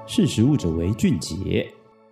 识时务者为俊杰。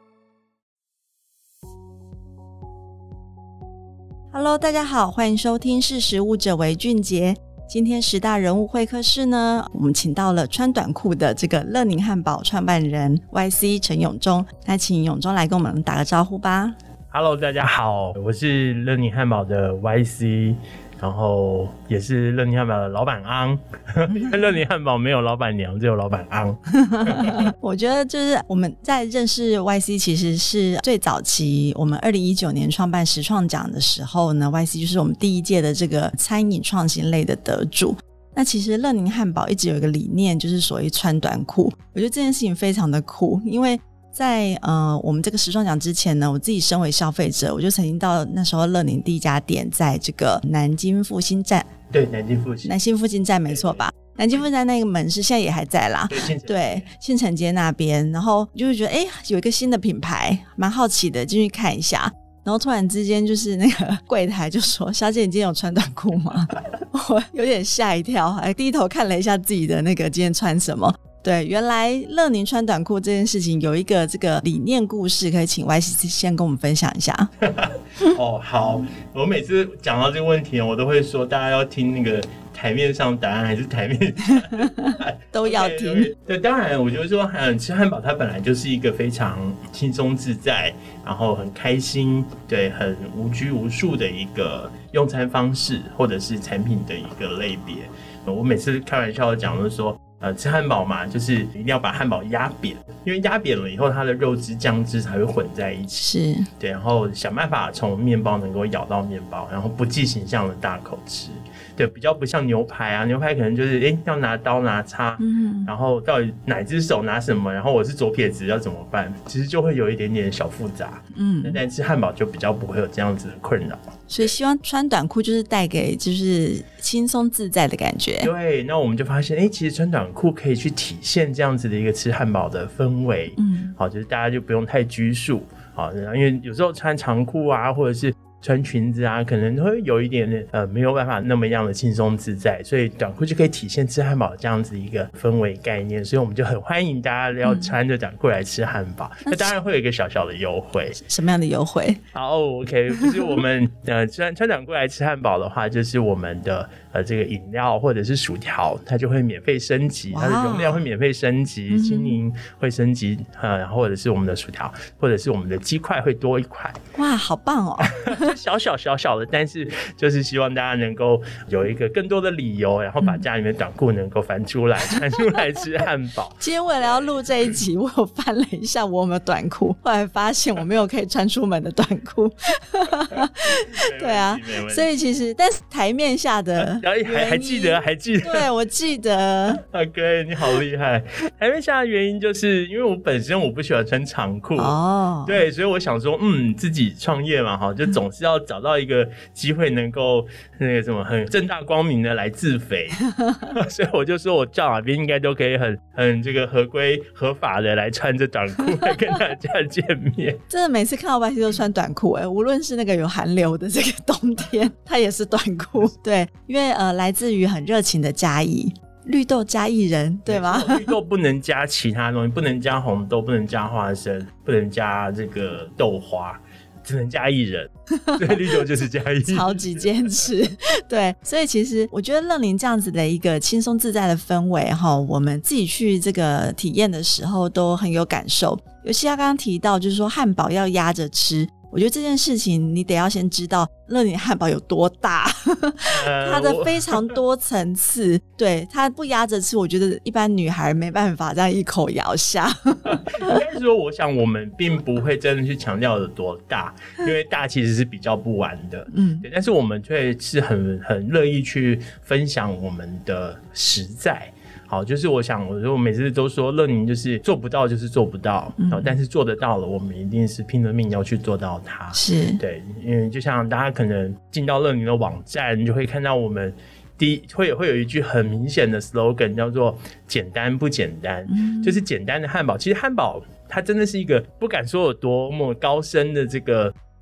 Hello， 大家好，欢迎收听识时务者为俊杰。今天10大人物会客室呢，我们请到了穿短裤的这个乐宁汉堡创办人 YC 陈永忠，那请永忠来跟我们打个招呼吧。 Hello， 大家好，我是乐宁汉堡的 YC， 然后也是乐宁汉堡的老板昂。因为乐宁汉堡没有老板娘，只有老板昂。 我觉得就是我们在认识 YC 其实是最早期，我们2019年创办时创奖的时候呢， YC 就是我们第一届的这个餐饮创新类的得主。那其实乐宁汉堡一直有一个理念，就是所谓穿短裤。我觉得这件事情非常的酷，因为在我们这个时创奖之前呢，我自己身为消费者，我就曾经到那时候乐宁第一家店在这个南京复兴站。 对，南京复兴站没错吧？南京复兴站那个门市现在也还在啦，对，信诚街那边。然后就会觉得有一个新的品牌，蛮好奇的进去看一下。然后突然之间就是那个柜台就说：“小姐，你今天有穿短裤吗？”我有点吓一跳，还低头看了一下自己的那个今天穿什么。对，原来乐宁穿短裤这件事情有一个这个理念故事，可以请 YC 先跟我们分享一下。 好，我每次讲到这个问题，我都会说大家要听那个台面上答案还是台面下都要听。 对，当然我觉得说吃汉堡它本来就是一个非常轻松自在，然后很开心，对，很无拘无束的一个用餐方式或者是产品的一个类别。我每次开玩笑的讲就是说吃汉堡嘛，就是一定要把汉堡压扁，因为压扁了以后它的肉汁酱汁才会混在一起。是，对，然后想办法从面包能够咬到面包，然后不计形象的大口吃。对，比较不像牛排啊，牛排可能就是要拿刀拿叉，然后到底哪只手拿什么，然后我是左撇子要怎么办，其实就会有一点点小复杂。但吃汉堡就比较不会有这样子的困扰。 所以希望穿短裤就是带给就是轻松自在的感觉。 对，那我们就发现其实穿短裤可以去体现这样子的一个吃汉堡的氛围。好，就是大家就不用太拘束。好，因为有时候穿长裤啊，或者是穿裙子啊，可能会有一点没有办法那么样的轻松自在，所以短裤就可以体现吃汉堡这样子一个氛围概念，所以我们就很欢迎大家要穿着短裤来吃汉堡。那当然会有一个小小的优惠。 什么样的优惠？ 好 OK， 就是我们穿短裤来吃汉堡的话，就是我们的这个饮料或者是薯条它就会免费升级，它的容量会免费升级，青柠会升级，然后或者是我们的薯条或者是我们的鸡块会多1块。 哇，好棒哦。 小小的，但是就是希望大家能够有一个更多的理由，然后把家里面短裤能够翻出来穿出来吃汉堡。 今天为了要录这一集，我有翻了一下我有没有短裤，后来发现我没有可以穿出门的短裤。对啊，所以其实但是台面下的还记得对，我记得。 OK， 你好厉害。台面下的原因就是因为我本身我不喜欢穿长裤对，所以我想说自己创业嘛，就总是要找到一个机会能够那个什么很正大光明的来自肥。所以我就说我到哪边应该都可以很这个合规合法的来穿着短裤来跟大家见面。 真的每次看到 YC 都穿短裤无论是那个有寒流的这个冬天他也是短裤。对，因为来自于很热情的嘉义绿豆嘉义人，对吗？ 绿豆不能加其他东西，不能加红豆，不能加花生，不能加这个豆花，只能嘉义人。所以绿豆就是嘉义人。 超级坚持。对，所以其实我觉得乐宁这样子的一个轻松自在的氛围我们自己去这个体验的时候都很有感受。尤其他刚刚提到就是说汉堡要压着吃，我觉得这件事情你得要先知道乐宁汉堡有多大。它的非常多层次。对，它不压着吃，我觉得一般女孩没办法这样一口咬下。 应该是说我想我们并不会真的去强调有多大，因为大其实是比较不完的。对，但是我们却是很乐意去分享我们的实在。好，就是我每次都说乐宁就是做不到就是做不到，但是做得到了，我们一定是拼了命要去做到它。 是， 对，因为就像大家可能进到乐宁的网站，你就会看到我们会有一句很明显的 slogan 叫做简单不简单，就是简单的汉堡。其实汉堡它真的是一个不敢说有多么高深的这个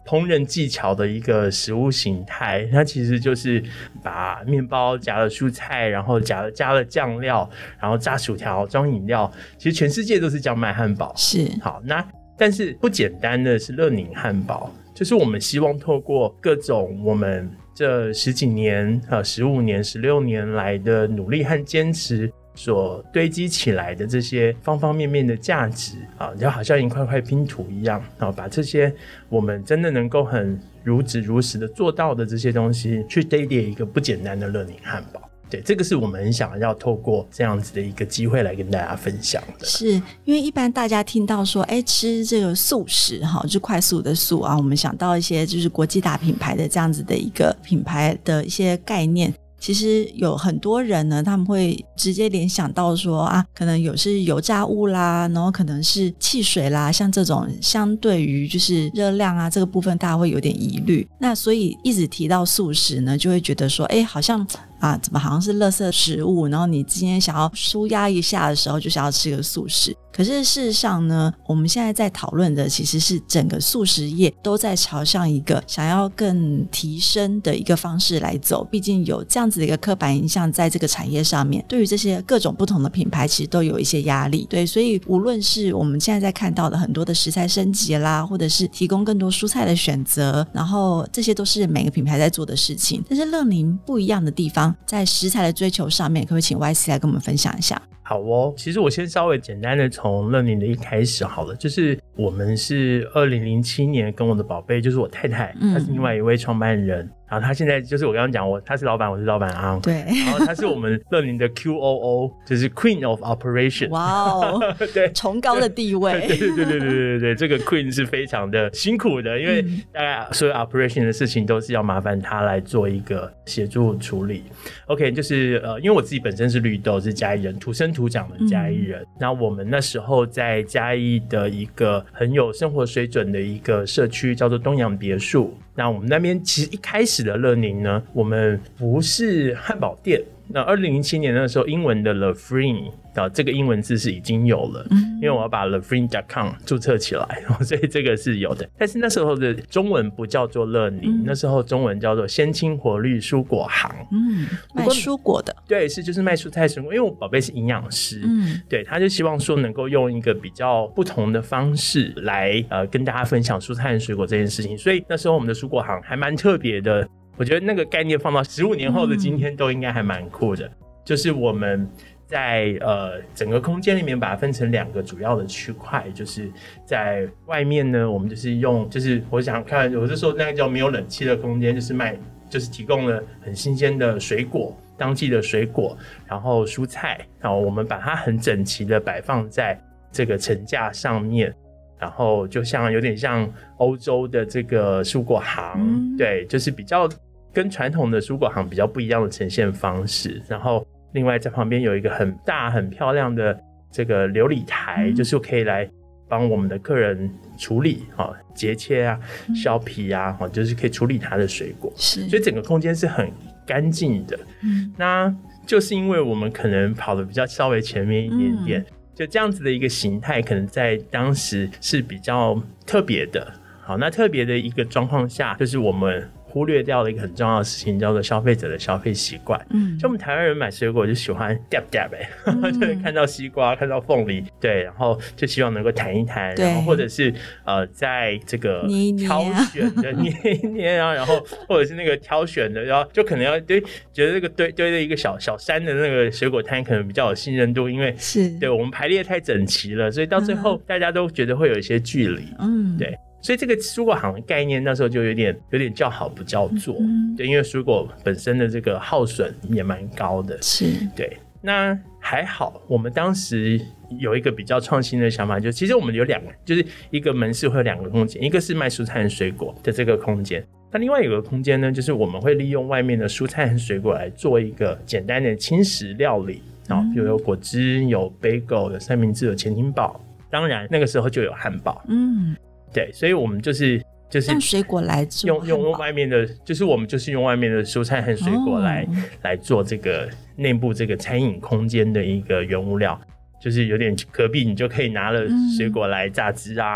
烹饪技巧的一个食物形态，它其实就是把面包夹了蔬菜，然后加了酱料，然后炸薯条装饮料，其实全世界都是这样卖汉堡。 是好，那但是不简单的是乐宁汉堡，就是我们希望透过各种我们这10几年、15年、16年来的努力和坚持所堆积起来的这些方方面面的价值啊，就好像一块块拼图一样啊，把这些我们真的能够很如职如实的做到的这些东西，去堆叠一个不简单的乐宁汉堡。对，这个是我们很想要透过这样子的一个机会来跟大家分享的。 是因为一般大家听到说吃这个速食就快速的速啊，我们想到一些就是国际大品牌的这样子的一个品牌的一些概念，其实有很多人呢，他们会直接联想到说可能有是油炸物啦，然后可能是汽水啦，像这种相对于就是热量这个部分大家会有点疑虑，那所以一直提到速食呢，就会觉得说好像怎么好像是垃圾食物，然后你今天想要抒压一下的时候就想要吃个速食。可是事实上呢，我们现在在讨论的其实是整个速食业都在朝向一个想要更提升的一个方式来走，毕竟有这样子的一个刻板印象在这个产业上面，对于这些各种不同的品牌其实都有一些压力。对，所以无论是我们现在在看到的很多的食材升级啦，或者是提供更多蔬菜的选择，然后这些都是每个品牌在做的事情。但是乐宁不一样的地方在食材的追求上面，可不可以请 YC 来跟我们分享一下？ 好哦，其实我先稍微简单的从乐宁的一开始好了，就是我们是2007年跟我的宝贝，就是我太太，她是另外一位创办人，然后她现在就是我刚刚讲她是老板，我是老板昂， 对， 然后她是我们乐宁的 QOO， 就是 Queen of Operation。 哇哦，对，崇高的地位。 对，这个 Queen 是非常的辛苦的，因为大概所有 Operation 的事情都是要麻烦她来做一个协助处理。 OK， 就是因为我自己本身是绿豆，是嘉义人，土生土长的嘉义人，那我们那时候在嘉义的一个很有生活水准的一个社区叫做东洋别墅，那我们那边其实一开始的乐宁呢，我们不是汉堡店，那2007年的时候英文的 Lefrine这个英文字是已经有了，因为我要把 lefrine.com 注册起来，所以这个是有的。但是那时候的中文不叫做乐宁，那时候中文叫做鲜青活绿蔬果行， 卖蔬果的。 对，是就是卖蔬菜水果，因为我宝贝是营养师，对，他就希望说能够用一个比较不同的方式来跟大家分享蔬菜和水果这件事情，所以那时候我们的蔬果行还蛮特别的，我觉得那个概念放到15年后的今天都应该还蛮酷的，就是我们在整个空间里面把它分成2个主要的区块，就是在外面呢，我们就是用，就是我想看，我是说那个叫没有冷气的空间，就是提供了很新鲜的水果，当季的水果，然后蔬菜，然后我们把它很整齐的摆放在这个层架上面，然后就像有点像欧洲的这个蔬果行，对，就是比较跟传统的蔬果行比较不一样的呈现方式。然后另外在旁边有一个很大很漂亮的这个琉璃台，就是可以来帮我们的客人处理节切削皮就是可以处理它的水果，所以整个空间是很干净的。那就是因为我们可能跑得比较稍微前面一点点，就这样子的一个形态可能在当时是比较特别的。好，那特别的一个状况下，就是我们忽略掉了一个很重要的事情，叫做消费者的消费习惯。就我们台湾人买水果就喜欢嗲嗲就是看到西瓜看到凤梨，对，然后就希望能够弹一弹，然后或者是在这个挑选的捏一捏然后或者是那个挑选的，然后就可能要觉得这个堆了一个小山的那个水果摊可能比较有信任度，因为是对我们排列太整齐了，所以到最后大家都觉得会有一些距离。对，所以这个蔬果行的概念那时候就有点叫好不叫座，对，因为蔬果本身的这个耗损也蛮高的，是，对。那还好，我们当时有一个比较创新的想法，就其实我们有2个，就是一个门市会有2个空间，一个是卖蔬菜和水果的这个空间，那另外有个空间呢，就是我们会利用外面的蔬菜和水果来做一个简单的轻食料理，比如有果汁、有 bagel、有三明治、有潜艇堡，当然那个时候就有汉堡。对，所以我们就是用水果来做用外面的，就是我们就是用外面的蔬菜和水果来做这个内部这个餐饮空间的一个原物料，就是有点隔壁你就可以拿了水果来榨汁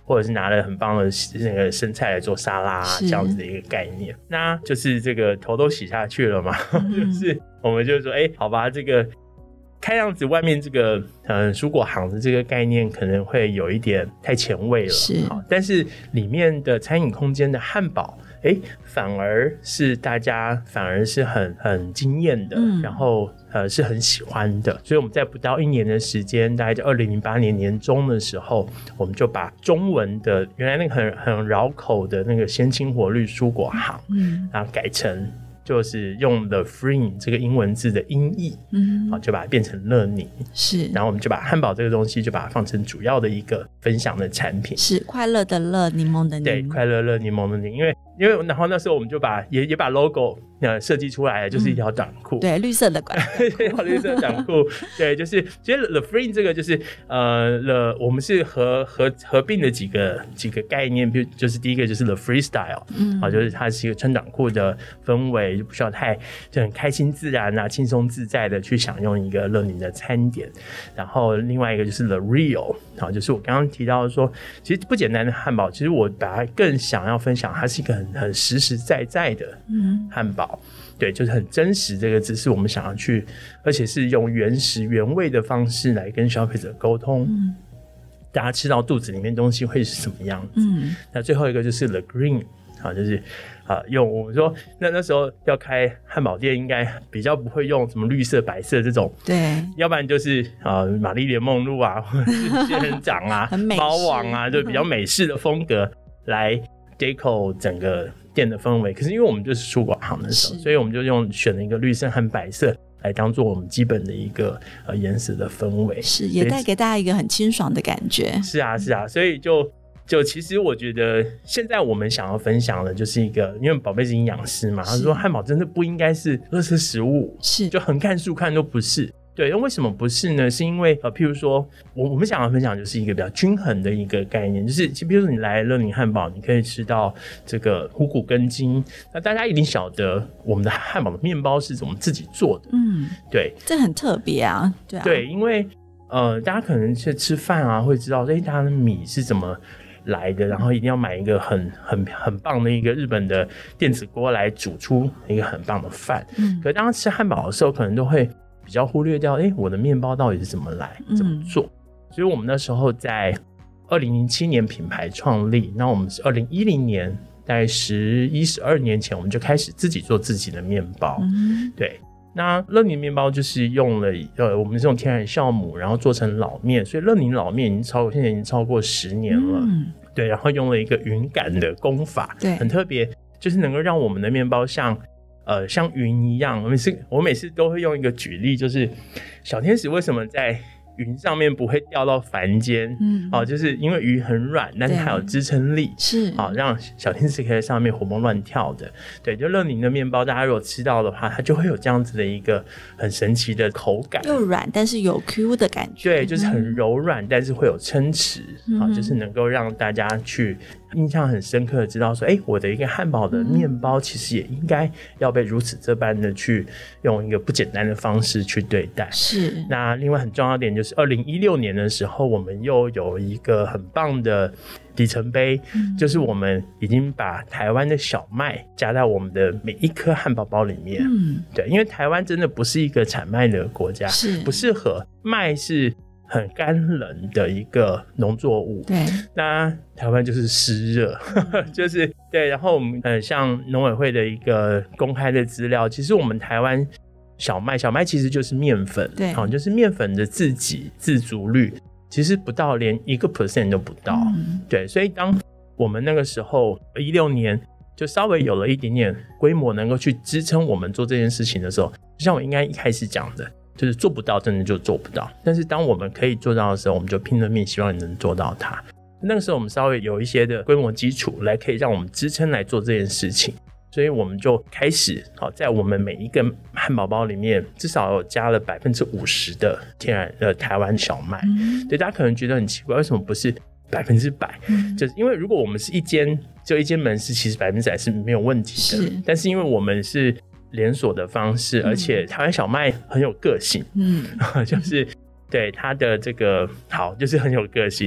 或者是拿了很棒的那个生菜来做沙拉这样子的一个概念。那就是这个头都洗下去了嘛，就是我们就说好吧，这个看样子外面这个蔬果行的这个概念可能会有一点太前卫了，但是里面的餐饮空间的汉堡反而是大家是很惊艳的，然后是很喜欢的，所以我们在不到1年的时间，大概在2008年年中的时候，我们就把中文的原来那个很绕口的那个鲜青活绿蔬果行，然后改成就是用 The Free 这个英文字的音译，就把它变成乐宁，是，然后我们就把汉堡这个东西就把它放成主要的一个分享的产品， 是快乐的乐，柠檬的柠， 对，快乐乐柠檬的柠，因为然后那时候我们就把也把 logo 设计出来了，就是一条短裤， 对，绿色的短裤绿色的短裤，对，就是其实 The Free 这个就是我们是合并的几个概念，比如就是第一个就是 The Freestyle，就是它是一个穿短裤的氛围，就不需要就很开心自然轻松自在的去享用一个乐宁的餐点。然后另外一个就是 The Real， 就是我刚刚提到的说，其实不简单的汉堡，其实我把它更想要分享，它是一个很实实在在的汉堡，对，就是很真实，这个字是我们想要去，而且是用原始原味的方式来跟消费者沟通，大家吃到肚子里面东西会是什么样子。那最后一个就是 The Green， 就是用我们说那时候要开汉堡店，应该比较不会用什么绿色白色这种， 对， 要不然就是玛丽莲梦露或者是仙人掌猫王就比较美式的风格来deco 整个店的氛围。可是因为我们就是蔬果行的时候，所以我们就选了一个绿色和白色来当做我们基本的一个颜色的氛围， 是也带给大家一个很清爽的感觉。 是啊，所以就其实我觉得现在我们想要分享的就是一个，因为宝贝是营养师嘛，他说汉堡真的不应该是垃圾食物，是就横看竖看都不是。对，那为什么不是呢？是因为譬如说我们想要分享就是一个比较均衡的一个概念，就是比如说你来乐宁汉堡，你可以吃到这个五谷根茎，那大家一定晓得我们的汉堡的面包是怎么自己做的，对， 这很特别啊， 对，因为大家可能去吃饭会知道大家的米是怎么来的，然后一定要买一个很棒的一个日本的电子锅来煮出一个很棒的饭，可是当吃汉堡的时候可能都会比较忽略掉我的面包到底是怎么来怎么做，所以我们那时候在2007年品牌创立，那我们是2010年大概11、12年前我们就开始自己做自己的面包，对，那乐宁面包就是用了我们是用天然酵母然后做成老面，所以乐宁老面现在已经超过10年了，对，然后用了一个云擀的工法，对，很特别，就是能够让我们的面包像云一样。我每次都会用一个举例，就是小天使为什么在云上面不会掉到凡间，就是因为鱼很软，但是它有支撑力，是让小天使可以在上面活蹦乱跳的。对，就乐宁的面包，大家如果吃到的话，它就会有这样子的一个很神奇的口感， 又软但是有 Q 的感觉， 对，就是很柔软，但是会有撑持，就是能够让大家去印象很深刻的知道说，我的一个汉堡的面包其实也应该要被如此这般的去用一个不简单的方式去对待。是，那另外很重要的点就是2016年的时候，我们又有一个很棒的里程碑，就是我们已经把台湾的小麦加在我们的每一颗汉堡包里面。对，因为台湾真的不是一个产麦的国家，是不适合，麦是很干冷的一个农作物，对，那台湾就是湿热，就是对。然后我们像农委会的一个公开的资料，其实我们台湾小麦其实就是面粉，对，就是面粉的自足率其实不到，连1% 都不到，对。所以当我们那个时候16年就稍微有了一点点规模，能够去支撑我们做这件事情的时候，就像我应该一开始讲的，就是做不到真的就做不到，但是当我们可以做到的时候，我们就拼了命希望你能做到它。那个时候我们稍微有一些的规模基础来可以让我们支撑来做这件事情，所以我们就开始在我们每一个汉堡包里面至少有加了50%的天然的台湾小麦。对，大家可能觉得很奇怪，为什么不是100%？就是因为如果我们是一间门市，其实100%是没有问题的，但是因为我们是连锁的方式，而且台湾小麦很有个性，就是对它的这个好，就是很有个性，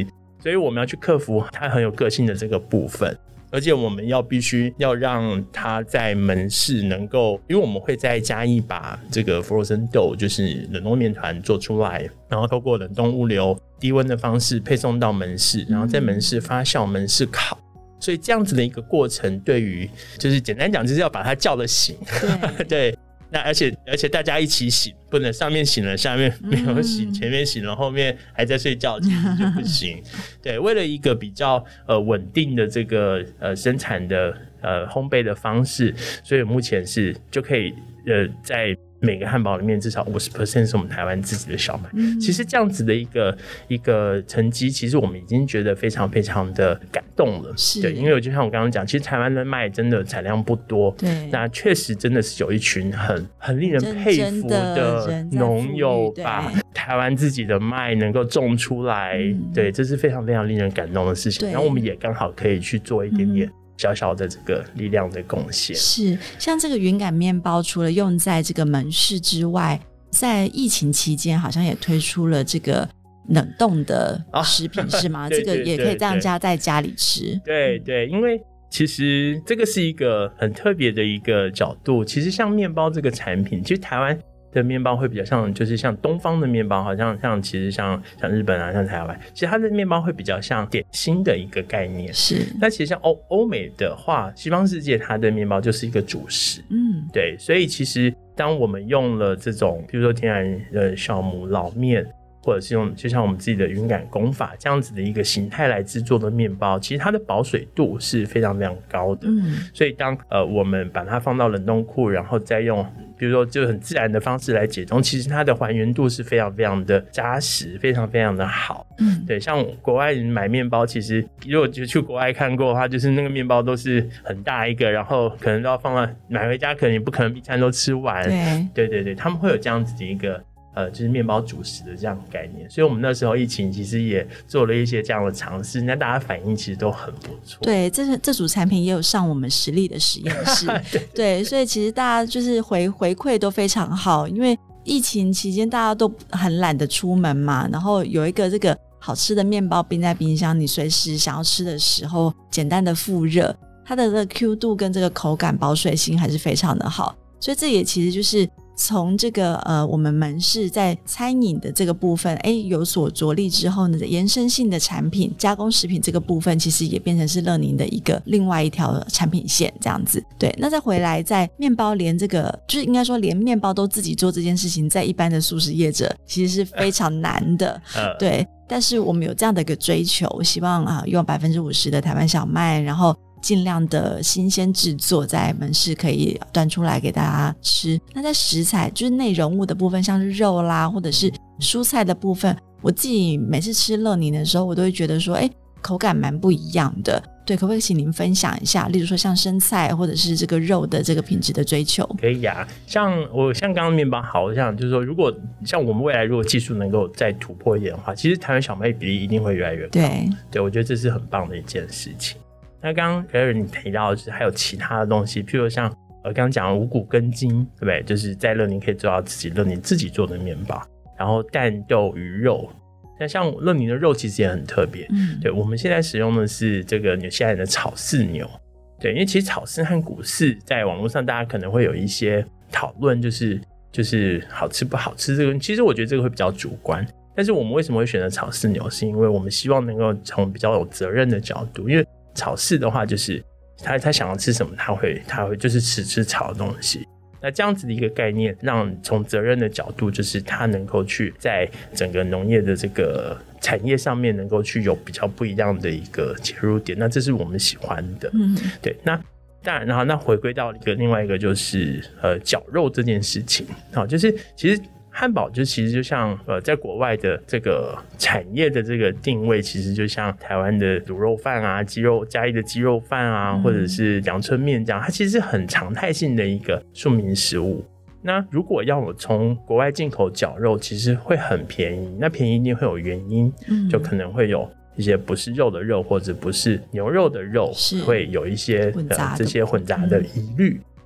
所以我们要去克服它很有个性的这个部分。而且我们必须要让它在门市能够，因为我们会在嘉义把这个 frozen dough 就是冷冻面团做出来，然后透过冷冻物流低温的方式配送到门市，然后在门市发酵、门市烤。所以这样子的一个过程，对于就是简单讲，就是要把它叫得醒。对。那而且大家一起醒，不能上面醒了下面没有醒，前面醒了后面还在睡觉，其实就不行。对，为了一个比较稳定的这个生产的烘焙的方式，所以目前是就可以在每个汉堡里面至少 50% 是我们台湾自己的小麦。其实这样子的一个成绩，其实我们已经觉得非常非常的感动了。对，因为就像我刚刚讲，其实台湾的麦真的产量不多，对，那确实真的是有一群很令人佩服的农友把台湾自己的麦能够种出来，对，这是非常非常令人感动的事情。然后我们也刚好可以去做一点点小小的这个力量的贡献。是， 像这个云感面包除了用在这个门市之外，在疫情期间好像也推出了这个冷冻的食品，是吗？这个也可以让大家在家里吃。对对，因为其实这个是一个很特别的一个角度。其实像面包这个产品，其实台湾的面包会比较像，就是像东方的面包，好像其实像日本啊，像台湾，其实它的面包会比较像点心的一个概念。是，那其实像欧美的话，西方世界它的面包就是一个主食。对，所以其实当我们用了这种，比如说天然的酵母老面，或者是用就像我们自己的云感工法这样子的一个形态来制作的面包，其实它的保水度是非常非常高的。所以当我们把它放到冷冻库，然后再用比如说就很自然的方式来解冻，其实它的还原度是非常非常的扎实，非常非常的好。对，像国外人买面包，其实如果就去国外看过的话，就是那个面包都是很大一个，然后可能都要放到买回家，可能也不可能一餐都吃完。对对对，他们会有这样子的一个就是面包主食的这样的概念。所以我们那时候疫情其实也做了一些这样的尝试，那大家反应其实都很不错。对，这组产品也有上我们实力的实验室。对，所以其实大家就是回馈都非常好，因为疫情期间大家都很懒得出门嘛，然后有一个这个好吃的面包冰在冰箱，你随时想要吃的时候简单的复热，它的这个 Q 度跟这个口感保水性还是非常的好。所以这也其实就是从这个我们门市在餐饮的这个部分有所着力之后呢，延伸性的产品加工食品这个部分其实也变成是乐宁的一个另外一条产品线这样子。对，那再回来在面包连这个就是应该说连面包都自己做这件事情，在一般的素食业者其实是非常难的。对，但是我们有这样的一个追求，希望用 50% 的台湾小麦，然后尽量的新鲜制作，在门市可以端出来给大家吃。那在食材就是内容物的部分，像是肉啦或者是蔬菜的部分，我自己每次吃乐宁的时候，我都会觉得说口感蛮不一样的。对，可不可以请您分享一下，例如说像生菜或者是这个肉的这个品质的追求？可以啊，像刚刚面包好，我想就是说，如果像我们未来如果技术能够再突破一点的话，其实台湾小麦比例一定会越来越高。对，我觉得这是很棒的一件事情。那刚刚Claire你提到的是还有其他的东西，譬如像刚刚讲的五谷根茎，对不对？就是在乐宁可以做到乐宁自己做的面包，然后蛋豆鱼肉。那像乐宁的肉其实也很特别，对，我们现在使用的是这个纽西兰的草饲牛。对，因为其实草饲和谷饲在网络上大家可能会有一些讨论，就是好吃不好吃这个，其实我觉得这个会比较主观。但是我们为什么会选择草饲牛，是因为我们希望能够从比较有责任的角度，因为草饲的话就是他想要吃什么他会就是吃草的东西。那这样子的一个概念，让从责任的角度，就是他能够去在整个农业的这个产业上面能够去有比较不一样的一个切入点，那这是我们喜欢的。对，那当然，然后那回归到另外一个就是绞肉这件事情。就是其实汉堡其实就像在国外的这个产业的这个定位，其实就像台湾的卤肉饭啊、嘉义的鸡肉饭啊，或者是阳春面这样，它其实是很常态性的一个庶民食物。那如果要我从国外进口绞肉，其实会很便宜，那便宜一定会有原因，就可能会有一些不是肉的肉或者不是牛肉的肉，会有一些这些混杂的疑虑。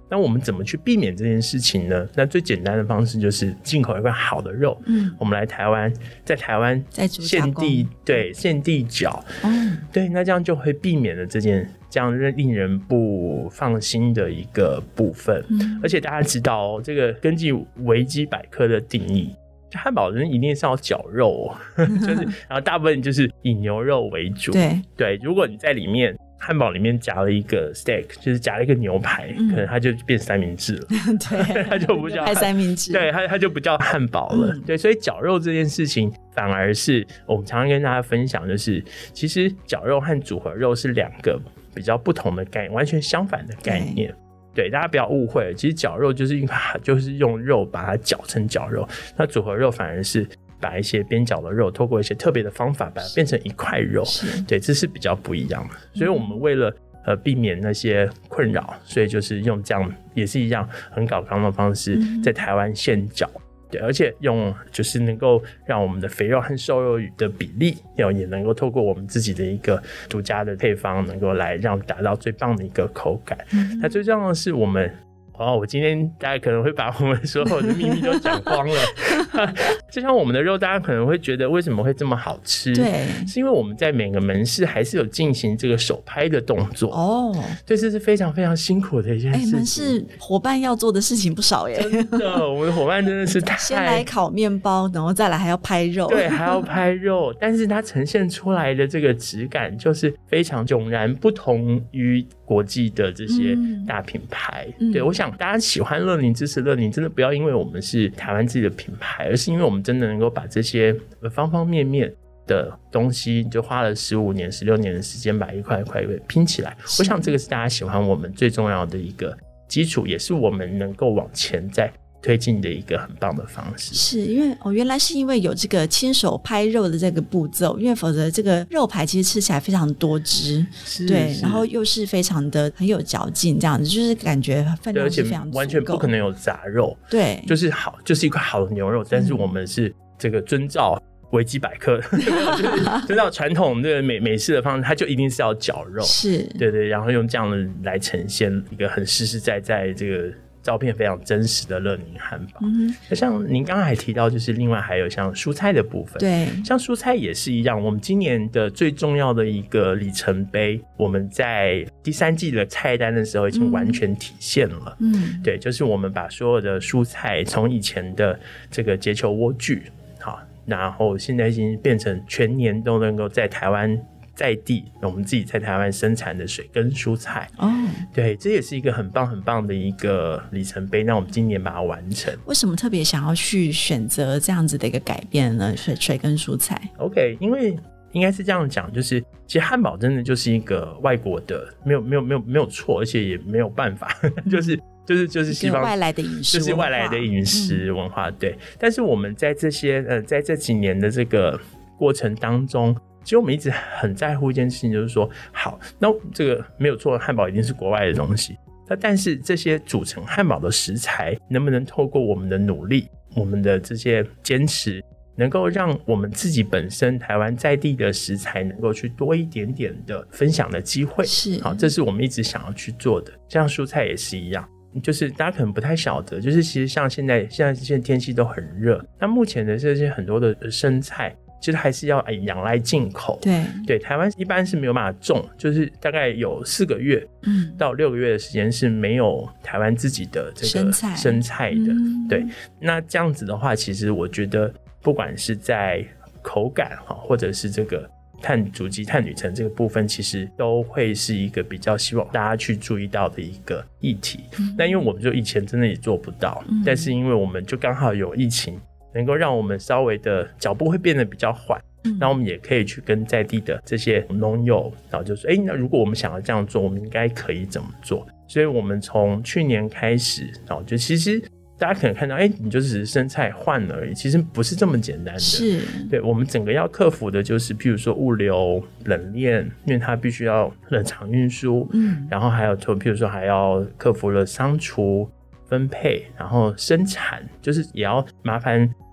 那我们怎么去避免这件事情呢？那最简单的方式就是进口一块好的肉，我们来台湾，在台湾现地绞，对，那这样就会避免了这样令人不放心的一个部分。而且大家知道这个根据维基百科的定义，汉堡人一定是要绞肉就是然后大部分就是以牛肉为主。对，如果你在里面汉堡里面夹了一个 steak， 就是夹了一个牛排，可能它就变三明治了对，它就不叫三明治， 对，它就不叫汉堡了对，所以绞肉这件事情反而是我们常常跟大家分享，就是其实绞肉和组合肉是两个比较不同的概念，完全相反的概念。对，大家不要误会，其实绞肉就是用肉把它绞成绞肉，那组合肉反而是把一些边角的肉透过一些特别的方法把它变成一块肉。对，这是比较不一样的。所以我们为了避免那些困扰，所以就是用这样也是一样很搞纲的方式在台湾现绞。对，而且用就是能够让我们的肥肉和瘦肉的比例也能够透过我们自己的一个独家的配方能够来让达到最棒的一个口感。那最重要的是我今天大家可能会把我们所有的秘密都讲光了就像我们的肉大家可能会觉得为什么会这么好吃，对，是因为我们在每个门市还是有进行这个手拍的动作对，这是非常非常辛苦的一件事情。 门市伙伴要做的事情不少耶， 真的我们的伙伴真的是先来烤面包，然后再来还要拍肉， 对，还要拍肉但是它呈现出来的这个质感就是非常迥然不同于国际的这些大品牌对，我想大家喜欢乐宁支持乐宁真的不要因为我们是台湾自己的品牌，而是因为我们真的能够把这些方方面面的东西就花了15年16年的时间把一块一块拼起来，我想这个是大家喜欢我们最重要的一个基础，也是我们能够往前再推进的一个很棒的方式。 是因为原来是因为有这个亲手拍肉的这个步骤，因为否则这个肉排其实吃起来非常多汁，对，然后又是非常的很有嚼劲，这样子就是感觉分量是非常足够， 完全不可能有杂肉， 对， 就是一块好的牛肉，但是我们是这个遵照维基百科遵照传统的美式的方式，它就一定是要绞肉，是对对，然后用这样的来呈现一个很实实在在这个照片非常真实的乐宁汉堡。像您刚刚还提到就是另外还有像蔬菜的部分，对，像蔬菜也是一样，我们今年的最重要的一个里程碑我们在第3季的菜单的时候已经完全体现了。对，就是我们把所有的蔬菜从以前的这个结球莴苣然后现在已经变成全年都能够在台湾在地我们自己在台湾生产的水跟蔬菜对，这也是一个很棒很棒的一个里程碑，那我们今年把它完成。 为什么特别想要去选择这样子的一个改变呢？水跟蔬菜 OK， 因为应该是这样讲，就是其实汉堡真的就是一个外国的没有错，而且也没有办法就是西方外来的饮食， 就是外来的饮食文化对。但是我们在这些在这几年的这个过程当中，其实我们一直很在乎一件事情，就是说好，那这个没有错，汉堡一定是国外的东西，但是这些组成汉堡的食材能不能透过我们的努力，我们的这些坚持，能够让我们自己本身台湾在地的食材能够去多一点点的分享的机会，是好，这是我们一直想要去做的。像蔬菜也是一样，就是大家可能不太晓得，就是其实像现在天气都很热，那目前的这些很多的生菜其实还是要仰赖进口，对，台湾一般是没有办法种，就是大概有4个月到6个月的时间是没有台湾自己的这个生菜的对，那这样子的话其实我觉得不管是在口感或者是这个足迹碳旅程这个部分，其实都会是一个比较希望大家去注意到的一个议题。那因为我们就以前真的也做不到，但是因为我们就刚好有疫情，能够让我们稍微的脚步会变得比较缓，那我们也可以去跟在地的这些农友，然后就说那如果我们想要这样做，我们应该可以怎么做。所以我们从去年开始，然后就其实大家可能看到你就只是生菜换了而已，其实不是这么简单的，是对，我们整个要克服的就是譬如说物流冷链，因为它必须要冷藏运输，然后还有譬如说还要克服了仓储分配，然后生产，就是也要麻烦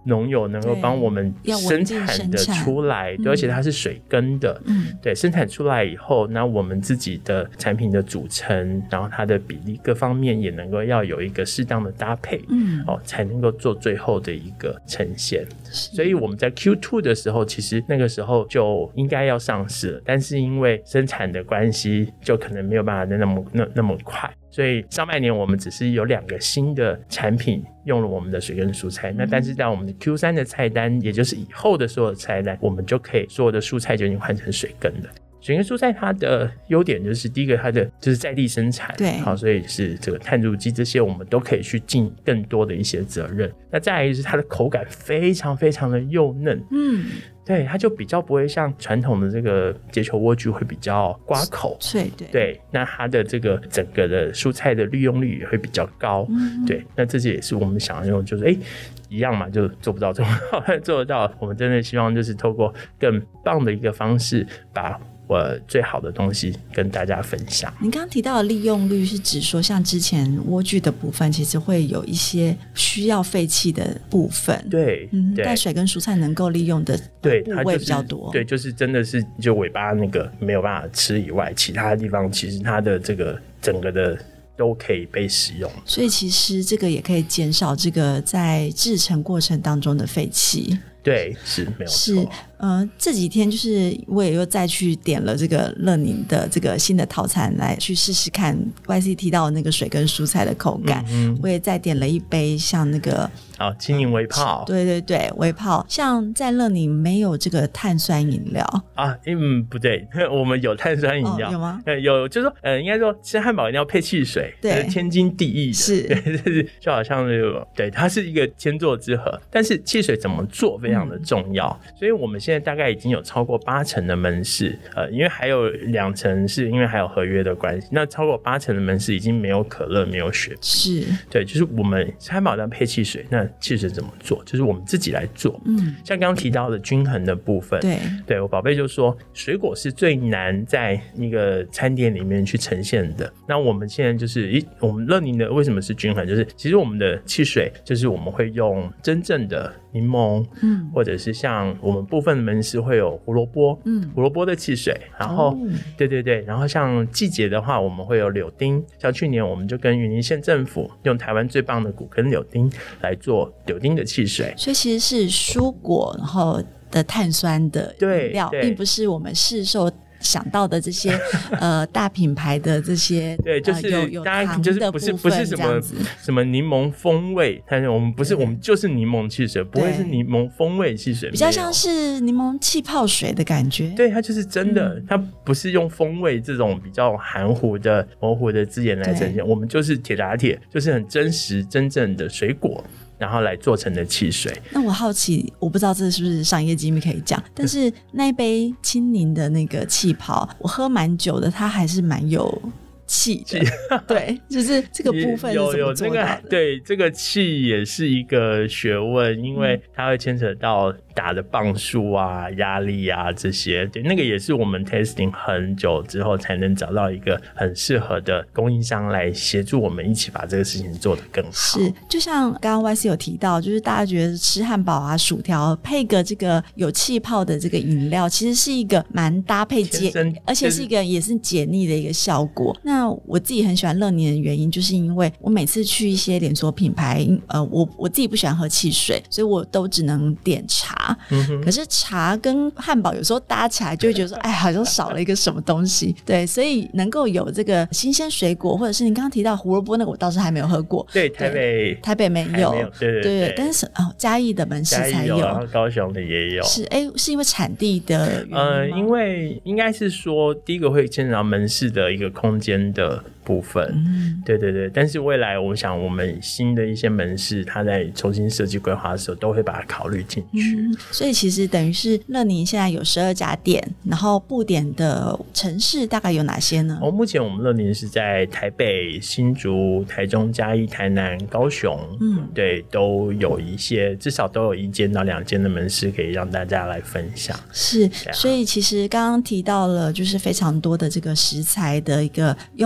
农友能够帮我们生产的出来，对，而且它是水耕的，对，生产出来以后，那我们自己的产品的组成，然后它的比例各方面也能够要有一个适当的搭配，才能够做最后的一个呈现。所以我们在 Q2 的时候，其实那个时候就应该要上市了，但是因为生产的关系，就可能没有办法那么快。所以上半年我们只是有2个新的产品用了我们的水耕蔬菜，那但是在我们的 Q3 的菜单，也就是以后的所有的菜单，我们就可以所有的蔬菜就已经换成水耕的。水耕蔬菜它的优点就是第一个它的就是在地生产， 对， 好，所以是这个碳足迹这些我们都可以去尽更多的一些责任。那再来就是它的口感非常非常的幼嫩，对，它就比较不会像传统的这个结球莴苣会比较刮口，对，那它的这个整个的蔬菜的利用率也会比较高，对，那这些也是我们想要用，就是一样嘛，就做不到做得到，我们真的希望就是透过更棒的一个方式把我最好的东西跟大家分享。 您刚刚提到的利用率是指说像之前莴苣的部分其实会有一些需要废弃的部分， 对， 但水耕蔬菜能够利用的部位比较多， 对，就是真的是就尾巴那个没有办法吃以外，其他的地方其实它的这个整个的都可以被使用， 所以其实这个也可以减少这个在制成过程当中的废气。 对，是没有错。 这几天就是我也又再去点了这个乐宁的这个新的套餐来去试试看 YC 提到的那个水跟蔬菜的口感，我也再点了一杯像那个青柠微泡， 对，微泡，像在乐宁没有这个碳酸饮料啊，不对，我们有碳酸饮料， 有吗？ 有，就是说应该说吃汉堡一定要配汽水，对，天经地义的， 是， 对，就好像那个，对，它是一个天作之合，但是汽水怎么做非常的重要，所以我们现在大概已经有超过80%的门市，因为还有2成是因为还有合约的关系，那超过80%的门市已经没有可乐，没有雪碧， 是， 对，就是我们汉堡要配汽水，那汽水怎么做？就是我们自己来做，像刚刚提到的均衡的部分，对，我宝贝就说水果是最难在一个餐点里面去呈现的，那我们现在就是我们乐宁的为什么是均衡？就是其实我们的汽水就是我们会用真正的柠檬，或者是像我们部分的门市会有胡萝卜，胡萝卜的汽水，然后对，然后像季节的话我们会有柳丁，像去年我们就跟云林县政府用台湾最棒的古根柳丁来做柳丁的汽水， 所以其实是蔬果然后的碳酸的饮料，并不是我们市售想到的这些大品牌的这些对，就是有当然糖就是的部分， 不是什么柠檬风味，但是我们不是，我们就是柠檬汽水，不会是柠檬风味汽水， 比较像是柠檬气泡水的感觉。 对，它就是真的，它不是用风味这种比较含糊的模糊的字眼来呈现，我们就是铁打铁，就是很真实真正的水果然后来做成的汽水。那我好奇，我不知道这是不是商业机密可以讲，但是那一杯青柠的那个气泡我喝蛮久的，它还是蛮有气的对，就是这个部分是怎么做到的？ 对，这个气也是一个学问，因为它会牵扯到打的磅数啊、压力啊这些，对，那个也是我们 testing 很久之后才能找到一个很适合的供应商来协助我们一起把这个事情做得更好。 是，就像刚刚 YC 有提到，就是大家觉得吃汉堡啊、薯条配个这个有气泡的这个饮料，其实是一个蛮搭配而且是一个也是解腻的一个效果。那我自己很喜欢乐宁的原因，就是因为我每次去一些连锁品牌，我自己不喜欢喝汽水，所以我都只能点茶。可是茶跟汉堡有时候搭起来就会觉得说，哎，好像少了一个什么东西。对，所以能够有这个新鲜水果，或者是你刚刚提到胡萝卜那个，我倒是还没有喝过。 对，台北没有， 对，但是嘉义的门市才有， 然后高雄的也有。 是因为产地的原因吗？ 因为应该是说，第一个会牵扯到门市的一个空间的部分，对，但是未来我想我们新的一些门市它在重新设计规划的时候都会把它考虑进去。 所以其实等于是乐宁现在有12家店，然后布点的城市大概有哪些呢？ 目前我们乐宁是在台北、新竹、台中、嘉义、台南、高雄，对，都有一些，至少都有1间到2间的门市可以让大家来分享。 是，所以其实刚刚提到了就是非常多的这个食材的一个用心，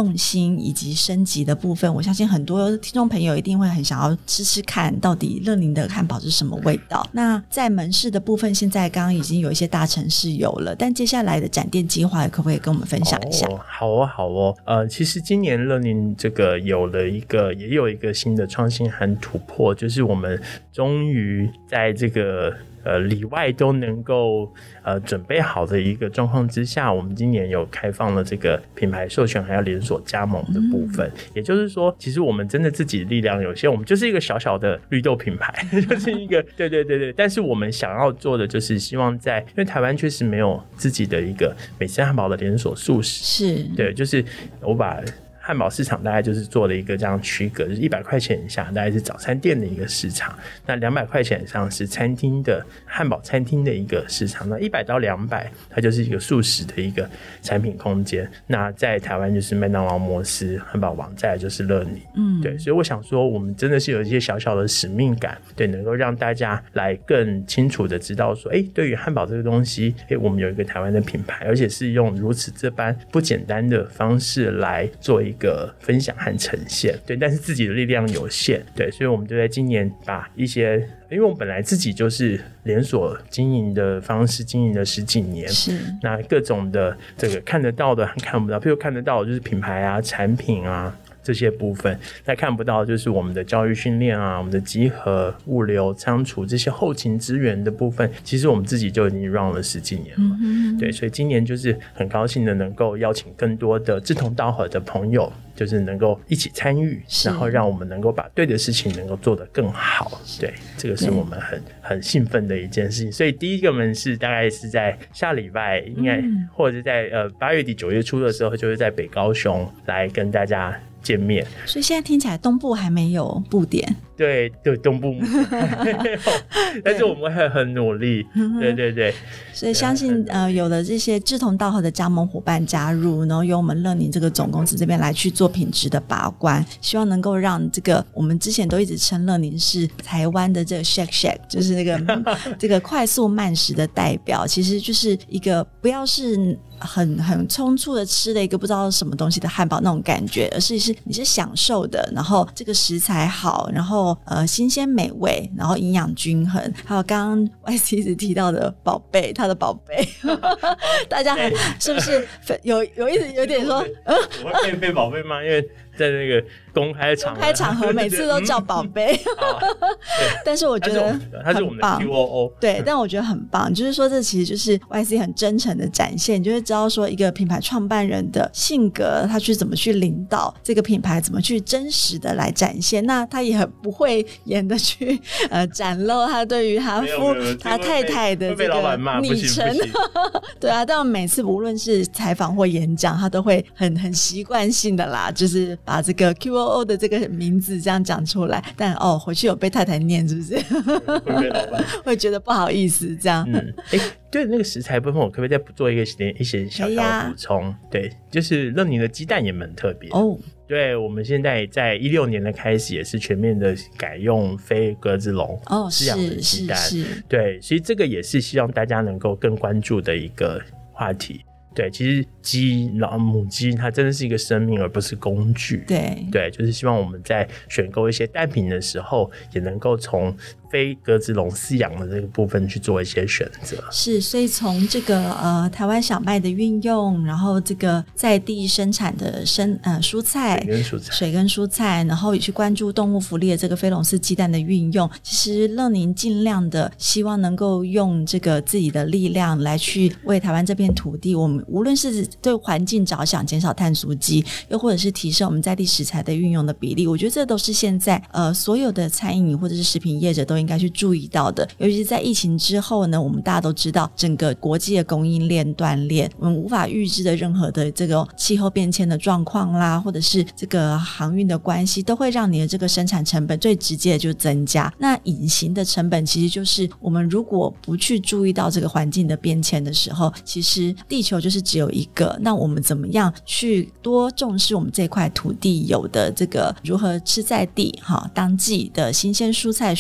新以及升级的部分，我相信很多听众朋友一定会很想要吃吃看到底乐宁的汉堡是什么味道。那在门市的部分，现在刚刚已经有一些大城市有了，但接下来的展店计划可不可以跟我们分享一下？ 好哦。其实今年乐宁这个也有一个新的创新和突破，就是我们终于在这个里外都能够准备好的一个状况之下，我们今年有开放了这个品牌授权还有连锁加盟的部分。也就是说，其实我们真的自己的力量有限，我们就是一个小小的绿豆品牌，就是一个对。但是我们想要做的就是希望因为台湾确实没有自己的一个美式汉堡的连锁素食， 是对， 就是我把汉堡市场大概就是做了一个这样区隔，就是100块钱以下大概是早餐店的一个市场，那200块钱以上是餐厅的汉堡餐厅的一个市场，那100到200它就是一个素食的一个产品空间。那在台湾就是麦当劳、摩斯、汉堡王，再来就是乐宁。对，所以我想说我们真的是有一些小小的使命感，对，能够让大家来更清楚的知道说，对于汉堡这个东西，我们有一个台湾的品牌，而且是用如此这般不简单的方式来做一个分享和呈现。对，但是自己的力量有限，对，所以我们就在今年把一些，因为我们本来自己就是连锁经营的方式经营了10几年， 是那各种的这个看得到的和看不到，譬如看得到的就是品牌啊、产品啊这些部分，那看不到就是我们的教育训练啊、我们的集合、物流、仓储这些后勤资源的部分，其实我们自己就已经 run 了10几年了。对，所以今年就是很高兴的能够邀请更多的志同道合的朋友，就是能够一起参与，然后让我们能够把对的事情能够做得更好。对，这个是我们很兴奋的一件事情。所以第一个门市大概是在下礼拜，应该或者是在8月底9月初的时候，就是在北高雄来跟大家见面。 所以现在听起来东部还没有布点。 对，东部但是我们会很努力。对， 所以相信有了这些志同道合的加盟伙伴加入，然后由我们乐宁这个总公司这边来去做品质的把关，希望能够让这个我们之前都一直称乐宁是台湾的这个 Shake， 就是那个这个快速慢食的代表，其实就是一个不要是很匆促的吃了一个不知道什么东西的汉堡那种感觉，而是你是享受的，然后这个食材好，然后新鲜美味，然后营养均衡，还有刚刚 YC 一直提到的宝贝，他的宝贝大家是不是有点说我会被宝贝吗？因为在那个公开场合每次都叫宝贝但是我觉得他是我们的 QOO 对，但我觉得很棒，就是说这其实就是 YC 很真诚的展现，就会知道说一个品牌创办人的性格，他去怎么去领导这个品牌，怎么去真实的来展现，那他也很不会演的去展露他对于他太太的这个昵称对啊，但每次无论是采访或演讲，他都会很习惯性的啦，就是把这个 QOO 的这个名字这样讲出来，但回去有被太太念是不是会被老板会觉得不好意思这样。 对，那个食材部分我可不可以再做一些小小的补充？对，就是乐宁的鸡蛋也蛮特别对，我们现在在16年的开始也是全面的改用非格子笼饲养的鸡蛋，对，所以这个也是希望大家能够更关注的一个话题。对，其实母鸡它真的是一个生命而不是工具。对，就是希望我们在选购一些蛋品的时候也能够从非格子笼饲养的这个部分去做一些选择。 是，所以从这个台湾小麦的运用，然后这个在地生产的蔬菜水跟蔬菜，然后也去关注动物福利的这个非笼饲鸡蛋的运用，其实乐宁尽量的希望能够用这个自己的力量来去为台湾这片土地，我们无论是对环境着想减少碳足迹，又或者是提升我们在地食材的运用的比例，我觉得这都是现在所有的餐饮或者是食品业者都应该去注意到的。尤其是在疫情之后呢，我们大家都知道整个国际的供应链断裂，我们无法预知的任何的这个气候变迁的状况啦，或者是这个航运的关系，都会让你的这个生产成本最直接的就增加。那隐形的成本其实就是我们如果不去注意到这个环境的变迁的时候，其实地球就是只有一个，那我们怎么样去多重视我们这块土地有的这个如何吃在地当季的新鲜蔬菜水果，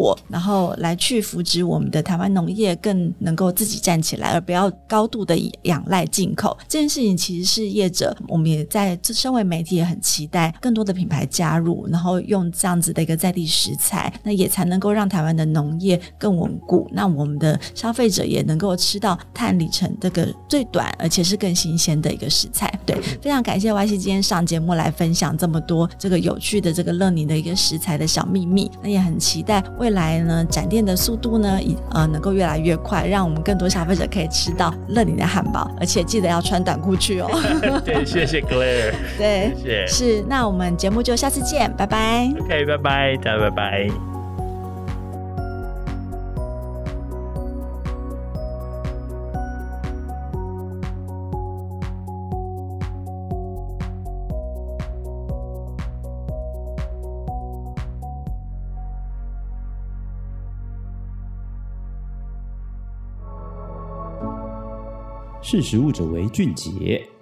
果，然后来去扶植我们的台湾农业更能够自己站起来，而不要高度的仰赖进口。这件事情其实是业者，我们也在身为媒体也很期待更多的品牌加入，然后用这样子的一个在地食材，那也才能够让台湾的农业更稳固，那我们的消费者也能够吃到碳里程这个最短而且是更新鲜的一个食材。对，非常感谢 YC 今天上节目来分享这么多这个有趣的这个乐宁的一个食材的小秘密，那也很期待未来呢展店的速度呢能够越来越快，让我们更多消费者可以吃到乐宁的汉堡，而且记得要穿短裤去哦。 对，谢谢 Claire。 对， 谢谢。 是，那我们节目就下次见，拜拜。 OK， 拜拜，大家拜拜。 识时务者为俊杰。